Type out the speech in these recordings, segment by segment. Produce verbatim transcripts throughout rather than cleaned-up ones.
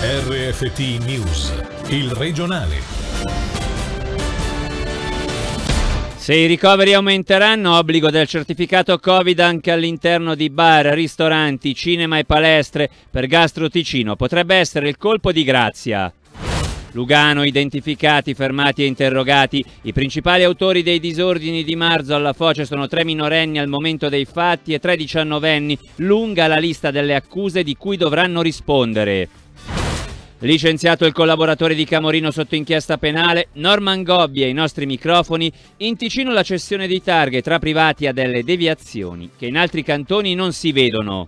R F T News, il regionale. Se i ricoveri aumenteranno, obbligo del certificato Covid anche all'interno di bar, ristoranti, cinema e palestre. Per Gastro Ticino potrebbe essere il colpo di grazia. Lugano, identificati, fermati e interrogati. I principali autori dei disordini di marzo alla foce sono tre minorenni al momento dei fatti e tre diciannovenni. Lunga la lista delle accuse di cui dovranno rispondere. Licenziato il collaboratore di Camorino sotto inchiesta penale, Norman Gobbi ai nostri microfoni. In Ticino la cessione di targhe tra privati ha delle deviazioni che in altri cantoni non si vedono.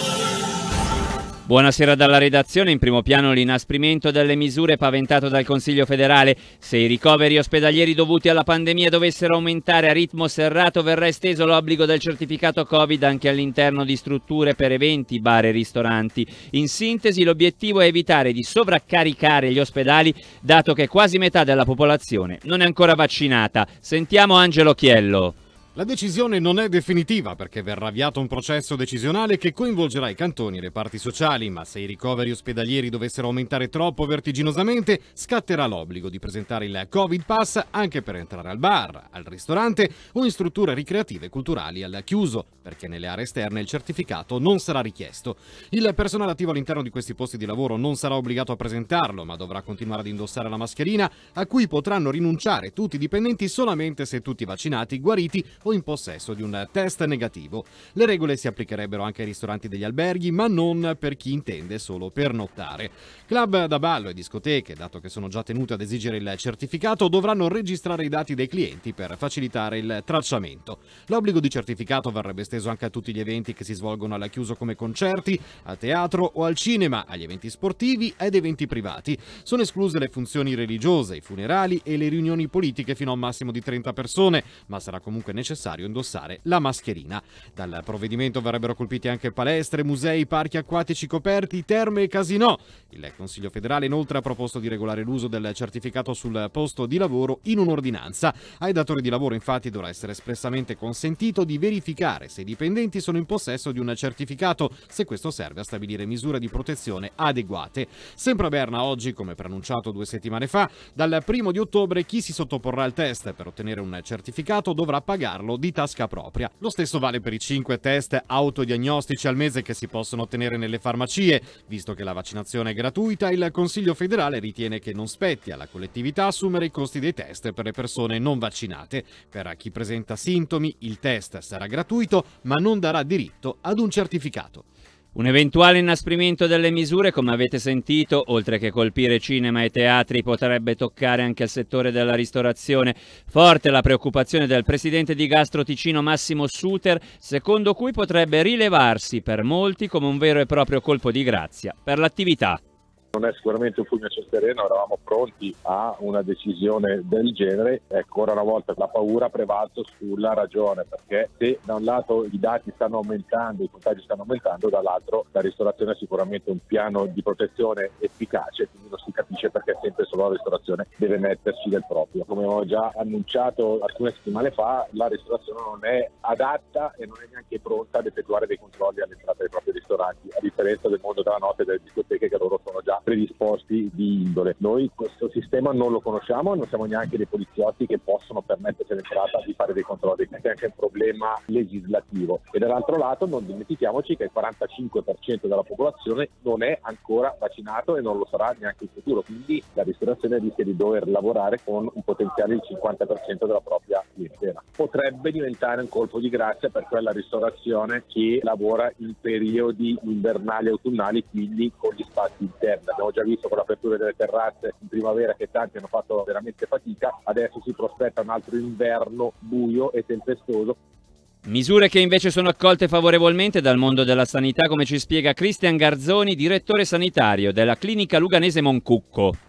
Buonasera dalla redazione. In primo piano l'inasprimento delle misure paventato dal Consiglio federale. Se i ricoveri ospedalieri dovuti alla pandemia dovessero aumentare a ritmo serrato, verrà esteso l'obbligo del certificato Covid anche all'interno di strutture per eventi, bar e ristoranti. In sintesi, l'obiettivo è evitare di sovraccaricare gli ospedali, dato che quasi metà della popolazione non è ancora vaccinata. Sentiamo Angelo Chiello. La decisione non è definitiva perché verrà avviato un processo decisionale che coinvolgerà i cantoni e le parti sociali, ma se i ricoveri ospedalieri dovessero aumentare troppo vertiginosamente, scatterà l'obbligo di presentare il Covid Pass anche per entrare al bar, al ristorante o in strutture ricreative e culturali al chiuso, perché nelle aree esterne il certificato non sarà richiesto. Il personale attivo all'interno di questi posti di lavoro non sarà obbligato a presentarlo, ma dovrà continuare ad indossare la mascherina, a cui potranno rinunciare tutti i dipendenti solamente se tutti vaccinati, guariti o in possesso di un test negativo. Le regole si applicherebbero anche ai ristoranti degli alberghi, ma non per chi intende solo pernottare. Club da ballo e discoteche, dato che sono già tenute ad esigere il certificato, dovranno registrare i dati dei clienti per facilitare il tracciamento. L'obbligo di certificato verrebbe esteso anche a tutti gli eventi che si svolgono al chiuso come concerti, a teatro o al cinema, agli eventi sportivi ed eventi privati. Sono escluse le funzioni religiose, i funerali e le riunioni politiche fino a un massimo di trenta persone, ma sarà comunque necessario indossare la mascherina. Dal provvedimento verrebbero colpiti anche palestre, musei, parchi acquatici coperti, terme e casinò. Il Consiglio federale inoltre ha proposto di regolare l'uso del certificato sul posto di lavoro in un'ordinanza. Ai datori di lavoro infatti dovrà essere espressamente consentito di verificare se i dipendenti sono in possesso di un certificato, se questo serve a stabilire misure di protezione adeguate. Sempre a Berna oggi, come preannunciato due settimane fa, dal primo di ottobre chi si sottoporrà al test per ottenere un certificato dovrà pagarlo di tasca propria. Lo stesso vale per i cinque test autodiagnostici al mese che si possono ottenere nelle farmacie. Visto che la vaccinazione è gratuita, il Consiglio federale ritiene che non spetti alla collettività assumere i costi dei test per le persone non vaccinate. Per chi presenta sintomi, il test sarà gratuito, ma non darà diritto ad un certificato. Un eventuale inasprimento delle misure, come avete sentito, oltre che colpire cinema e teatri, potrebbe toccare anche il settore della ristorazione. Forte la preoccupazione del presidente di Gastro Ticino Massimo Suter, secondo cui potrebbe rilevarsi per molti come un vero e proprio colpo di grazia per l'attività. Non è sicuramente un fulmine a ciel sereno, eravamo pronti a una decisione del genere. Ancora una volta la paura ha prevalso sulla ragione, perché se da un lato i dati stanno aumentando, i contagi stanno aumentando, dall'altro la ristorazione è sicuramente un piano di protezione efficace, quindi non si capisce perché sempre solo la ristorazione deve metterci del proprio. Come avevo già annunciato alcune settimane fa, la ristorazione non è adatta e non è neanche pronta ad effettuare dei controlli all'entrata dei propri ristoranti, a differenza del mondo della notte e delle discoteche, che loro sono già predisposti di indole. Noi questo sistema non lo conosciamo e non siamo neanche dei poliziotti che possono permettersi all'entrata di fare dei controlli, è anche un problema legislativo. E dall'altro lato non dimentichiamoci che il quarantacinque per cento della popolazione non è ancora vaccinato e non lo sarà neanche in futuro, quindi la ristorazione rischia di dover lavorare con un potenziale del cinquanta per cento della propria clientela. Potrebbe diventare un colpo di grazia per quella ristorazione che lavora in periodi invernali e autunnali, quindi con gli spazi interni. Abbiamo già visto con l'apertura delle terrazze in primavera che tanti hanno fatto veramente fatica, adesso si prospetta un altro inverno buio e tempestoso. Misure che invece sono accolte favorevolmente dal mondo della sanità, come ci spiega Cristian Garzoni, direttore sanitario della clinica luganese Moncucco.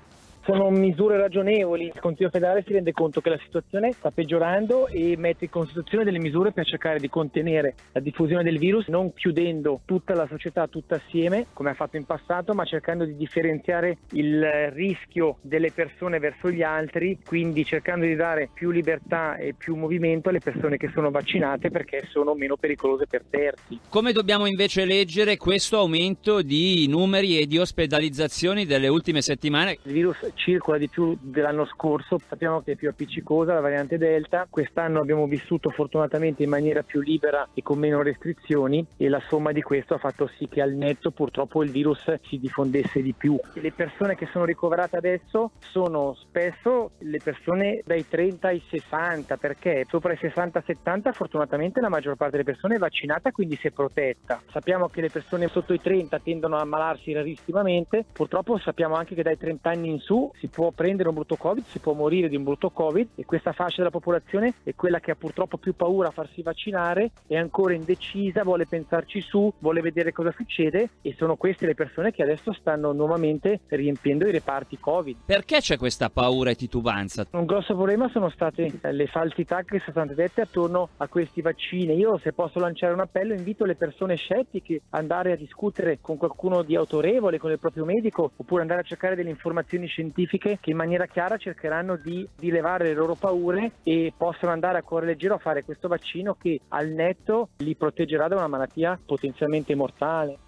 Sono misure ragionevoli. Il Consiglio federale si rende conto che la situazione sta peggiorando e mette in considerazione delle misure per cercare di contenere la diffusione del virus, non chiudendo tutta la società tutta assieme come ha fatto in passato, ma cercando di differenziare il rischio delle persone verso gli altri, quindi cercando di dare più libertà e più movimento alle persone che sono vaccinate perché sono meno pericolose per terzi. Come dobbiamo invece leggere questo aumento di numeri e di ospedalizzazioni delle ultime settimane? Il virus circola di più dell'anno scorso, sappiamo che è più appiccicosa la variante Delta, quest'anno abbiamo vissuto fortunatamente in maniera più libera e con meno restrizioni e la somma di questo ha fatto sì che al netto purtroppo il virus si diffondesse di più. Le persone che sono ricoverate adesso sono spesso le persone dai trenta ai sessanta, perché sopra i sessanta settanta fortunatamente la maggior parte delle persone è vaccinata, quindi si è protetta. Sappiamo che le persone sotto i trenta tendono a ammalarsi rarissimamente, purtroppo sappiamo anche che dai trenta anni in su si può prendere un brutto Covid, si può morire di un brutto Covid e questa fascia della popolazione è quella che ha purtroppo più paura a farsi vaccinare, è ancora indecisa, vuole pensarci su, vuole vedere cosa succede e sono queste le persone che adesso stanno nuovamente riempiendo i reparti Covid. Perché c'è questa paura e titubanza? Un grosso problema sono state le falsità che sono state dette attorno a questi vaccini. Io, se posso lanciare un appello, invito le persone scettiche ad andare a discutere con qualcuno di autorevole, con il proprio medico, oppure andare a cercare delle informazioni scientifiche che in maniera chiara cercheranno di, di levare le loro paure e possono andare a cuore leggero a fare questo vaccino che al netto li proteggerà da una malattia potenzialmente mortale.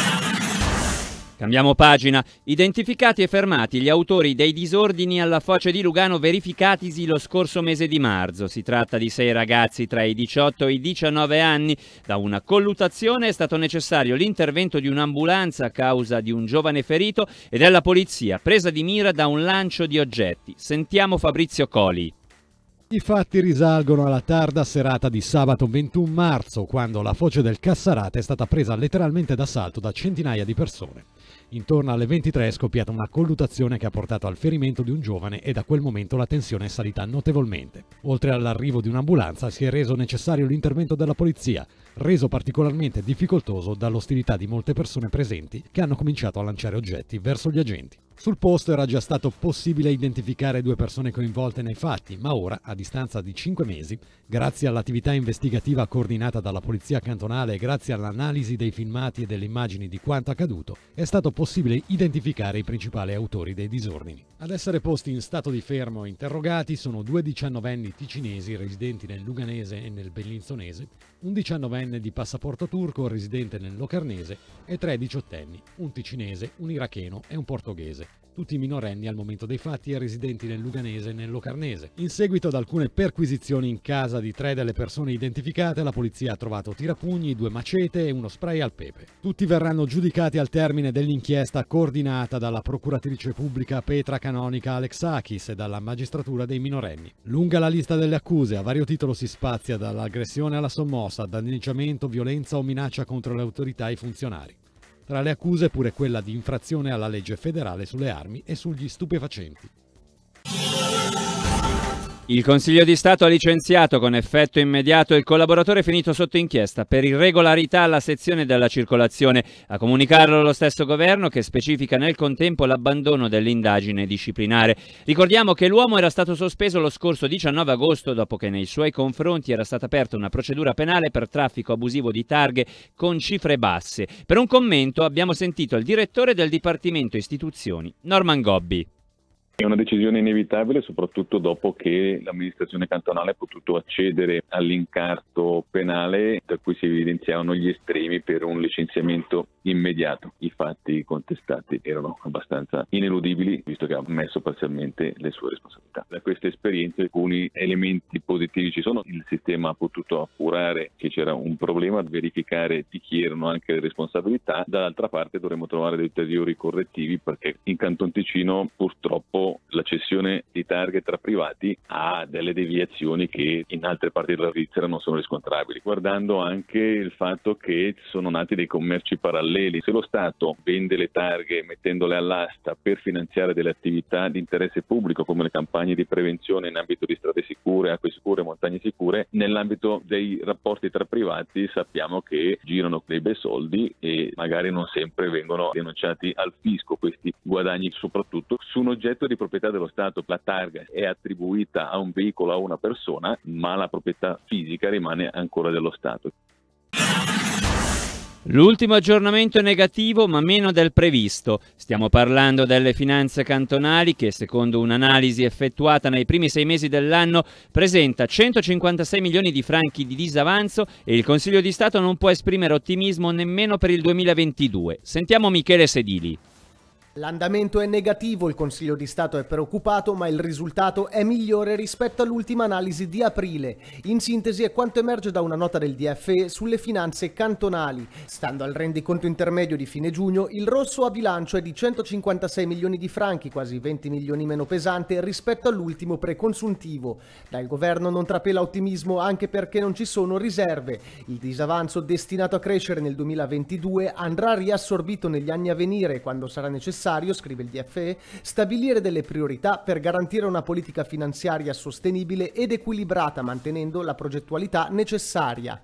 Cambiamo pagina. Identificati e fermati gli autori dei disordini alla Foce di Lugano verificatisi lo scorso mese di marzo. Si tratta di sei ragazzi tra i diciotto e i diciannove anni. Da una colluttazione è stato necessario l'intervento di un'ambulanza a causa di un giovane ferito e della polizia presa di mira da un lancio di oggetti. Sentiamo Fabrizio Coli. I fatti risalgono alla tarda serata di sabato ventuno marzo, quando la Foce del Cassarate è stata presa letteralmente d'assalto da centinaia di persone. Intorno alle ventitré è scoppiata una colluttazione che ha portato al ferimento di un giovane e da quel momento la tensione è salita notevolmente. Oltre all'arrivo di un'ambulanza si è reso necessario l'intervento della polizia, reso particolarmente difficoltoso dall'ostilità di molte persone presenti che hanno cominciato a lanciare oggetti verso gli agenti. Sul posto era già stato possibile identificare due persone coinvolte nei fatti, ma ora, a distanza di cinque mesi, grazie all'attività investigativa coordinata dalla Polizia Cantonale e grazie all'analisi dei filmati e delle immagini di quanto accaduto, è stato possibile identificare i principali autori dei disordini. Ad essere posti in stato di fermo e interrogati sono due diciannovenni ticinesi residenti nel Luganese e nel Bellinzonese, un diciannovenne di passaporto turco residente nel Locarnese e tre diciottenni, un ticinese, un iracheno e un portoghese. Tutti minorenni al momento dei fatti e residenti nel Luganese e nel Locarnese. In seguito ad alcune perquisizioni in casa di tre delle persone identificate, la polizia ha trovato tirapugni, due macete e uno spray al pepe. Tutti verranno giudicati al termine dell'inchiesta coordinata dalla procuratrice pubblica Petra Canonica Alexakis e dalla magistratura dei minorenni. Lunga la lista delle accuse, a vario titolo si spazia dall'aggressione alla sommossa, danneggiamento, violenza o minaccia contro le autorità e i funzionari. Tra le accuse pure quella di infrazione alla legge federale sulle armi e sugli stupefacenti. Il Consiglio di Stato ha licenziato con effetto immediato il collaboratore finito sotto inchiesta per irregolarità alla sezione della circolazione. A comunicarlo lo stesso governo, che specifica nel contempo l'abbandono dell'indagine disciplinare. Ricordiamo che l'uomo era stato sospeso lo scorso diciannove agosto dopo che nei suoi confronti era stata aperta una procedura penale per traffico abusivo di targhe con cifre basse. Per un commento abbiamo sentito il direttore del Dipartimento Istituzioni, Norman Gobbi. È una decisione inevitabile, soprattutto dopo che l'amministrazione cantonale ha potuto accedere all'incarto penale da cui si evidenziavano gli estremi per un licenziamento immediato. I fatti contestati erano abbastanza ineludibili, visto che ha ammesso parzialmente le sue responsabilità. Da queste esperienze alcuni elementi positivi ci sono. Il sistema ha potuto appurare che c'era un problema, verificare di chi erano anche le responsabilità. Dall'altra parte dovremo trovare dei ulteriori correttivi, perché in Canton Ticino purtroppo la cessione di targhe tra privati ha delle deviazioni che in altre parti della Svizzera non sono riscontrabili, guardando anche il fatto che sono nati dei commerci paralleli. Se lo Stato vende le targhe mettendole all'asta per finanziare delle attività di interesse pubblico come le campagne di prevenzione in ambito di strade sicure, acque sicure, montagne sicure, nell'ambito dei rapporti tra privati sappiamo che girano dei bei soldi e magari non sempre vengono denunciati al fisco questi guadagni, soprattutto su un oggetto di proprietà dello Stato, la targa è attribuita a un veicolo, a una persona, ma la proprietà fisica rimane ancora dello Stato. L'ultimo aggiornamento è negativo, ma meno del previsto. Stiamo parlando delle finanze cantonali che, secondo un'analisi effettuata nei primi sei mesi dell'anno, presenta centocinquantasei milioni di franchi di disavanzo e il Consiglio di Stato non può esprimere ottimismo nemmeno per il duemilaventidue. Sentiamo Michele Sedili. L'andamento è negativo, il Consiglio di Stato è preoccupato, ma il risultato è migliore rispetto all'ultima analisi di aprile. In sintesi è quanto emerge da una nota del D F E sulle finanze cantonali. Stando al rendiconto intermedio di fine giugno, il rosso a bilancio è di centocinquantasei milioni di franchi, quasi venti milioni meno pesante rispetto all'ultimo preconsuntivo. Dal governo non trapela ottimismo anche perché non ci sono riserve. Il disavanzo destinato a crescere nel duemilaventidue andrà riassorbito negli anni a venire quando sarà necessario, scrive il D F E, stabilire delle priorità per garantire una politica finanziaria sostenibile ed equilibrata mantenendo la progettualità necessaria.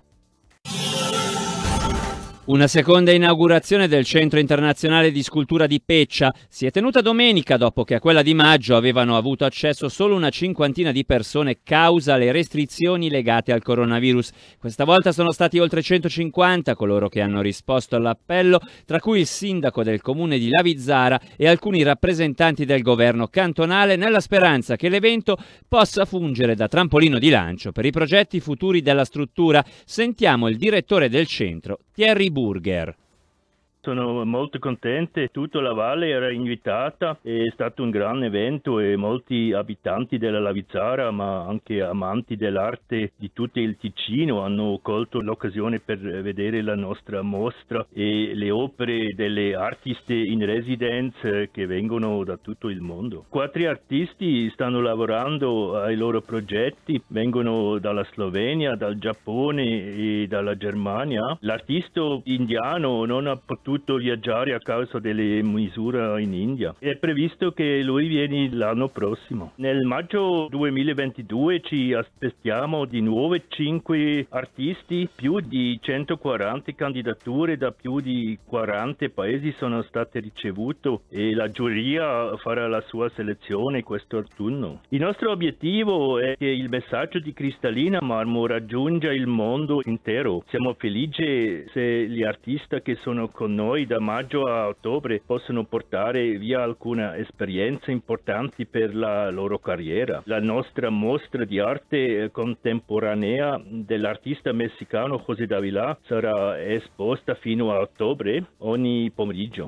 Una seconda inaugurazione del Centro Internazionale di Scultura di Peccia si è tenuta domenica dopo che a quella di maggio avevano avuto accesso solo una cinquantina di persone causa le restrizioni legate al coronavirus. Questa volta sono stati oltre centocinquanta coloro che hanno risposto all'appello, tra cui il sindaco del comune di Lavizzara e alcuni rappresentanti del governo cantonale, nella speranza che l'evento possa fungere da trampolino di lancio per i progetti futuri della struttura. Sentiamo il direttore del centro, Thierry Burger. Sono molto contente, tutta la valle era invitata, è stato un gran evento e molti abitanti della Lavizzara, ma anche amanti dell'arte di tutto il Ticino hanno colto l'occasione per vedere la nostra mostra e le opere delle artiste in residence che vengono da tutto il mondo. Quattro artisti stanno lavorando ai loro progetti, vengono dalla Slovenia, dal Giappone e dalla Germania. L'artista indiano non ha potuto viaggiare a causa delle misure in India. È previsto che lui viene l'anno prossimo. Nel maggio duemilaventidue ci aspettiamo di nuovo cinque artisti, più di centoquaranta candidature da più di quaranta paesi sono state ricevute e la giuria farà la sua selezione questo autunno. Il nostro obiettivo è che il messaggio di Cristallina Marmo raggiunga il mondo intero. Siamo felici se gli artisti che sono con noi da maggio a ottobre possono portare via alcune esperienze importanti per la loro carriera. La nostra mostra di arte contemporanea dell'artista messicano José Davila sarà esposta fino a ottobre ogni pomeriggio.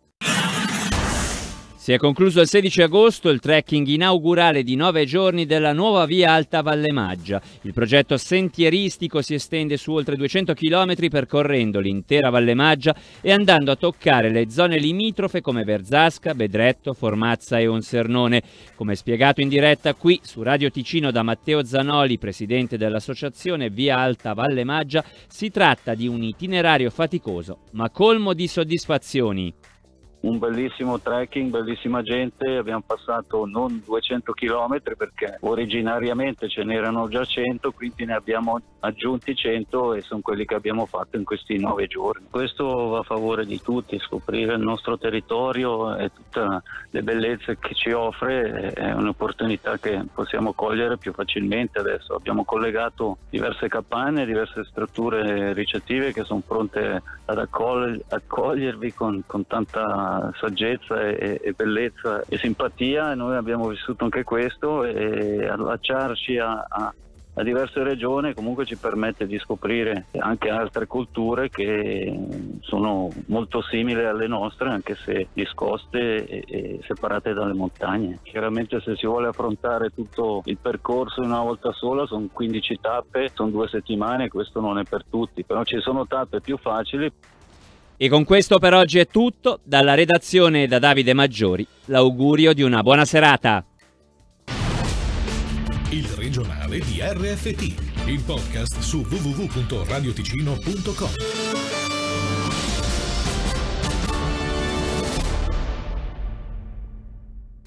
Si è concluso il sedici agosto il trekking inaugurale di nove giorni della nuova via Alta Valle Maggia. Il progetto sentieristico si estende su oltre duecento chilometri percorrendo l'intera Valle Maggia e andando a toccare le zone limitrofe come Verzasca, Bedretto, Formazza e Onsernone. Come spiegato in diretta qui su Radio Ticino da Matteo Zanoli, presidente dell'associazione Via Alta Valle Maggia, si tratta di un itinerario faticoso ma colmo di soddisfazioni. Un bellissimo trekking, bellissima gente, abbiamo passato non duecento chilometri perché originariamente ce n'erano già cento, quindi ne abbiamo aggiunti cento e sono quelli che abbiamo fatto in questi nove giorni. Questo va a favore di tutti, scoprire il nostro territorio e tutte le bellezze che ci offre è un'opportunità che possiamo cogliere più facilmente adesso. Abbiamo collegato diverse capanne, diverse strutture ricettive che sono pronte ad accogli- accogliervi con, con tanta saggezza e, e bellezza e simpatia, e noi abbiamo vissuto anche questo, e allacciarci a, a, a diverse regioni comunque ci permette di scoprire anche altre culture che sono molto simili alle nostre, anche se discoste e, e separate dalle montagne. Chiaramente se si vuole affrontare tutto il percorso in una volta sola sono quindici tappe, sono due settimane, questo non è per tutti, però ci sono tappe più facili. E con questo per oggi è tutto. Dalla redazione da Davide Maggiori, l'augurio di una buona serata. Il regionale di R F T, il podcast su w w w punto radioticino punto com.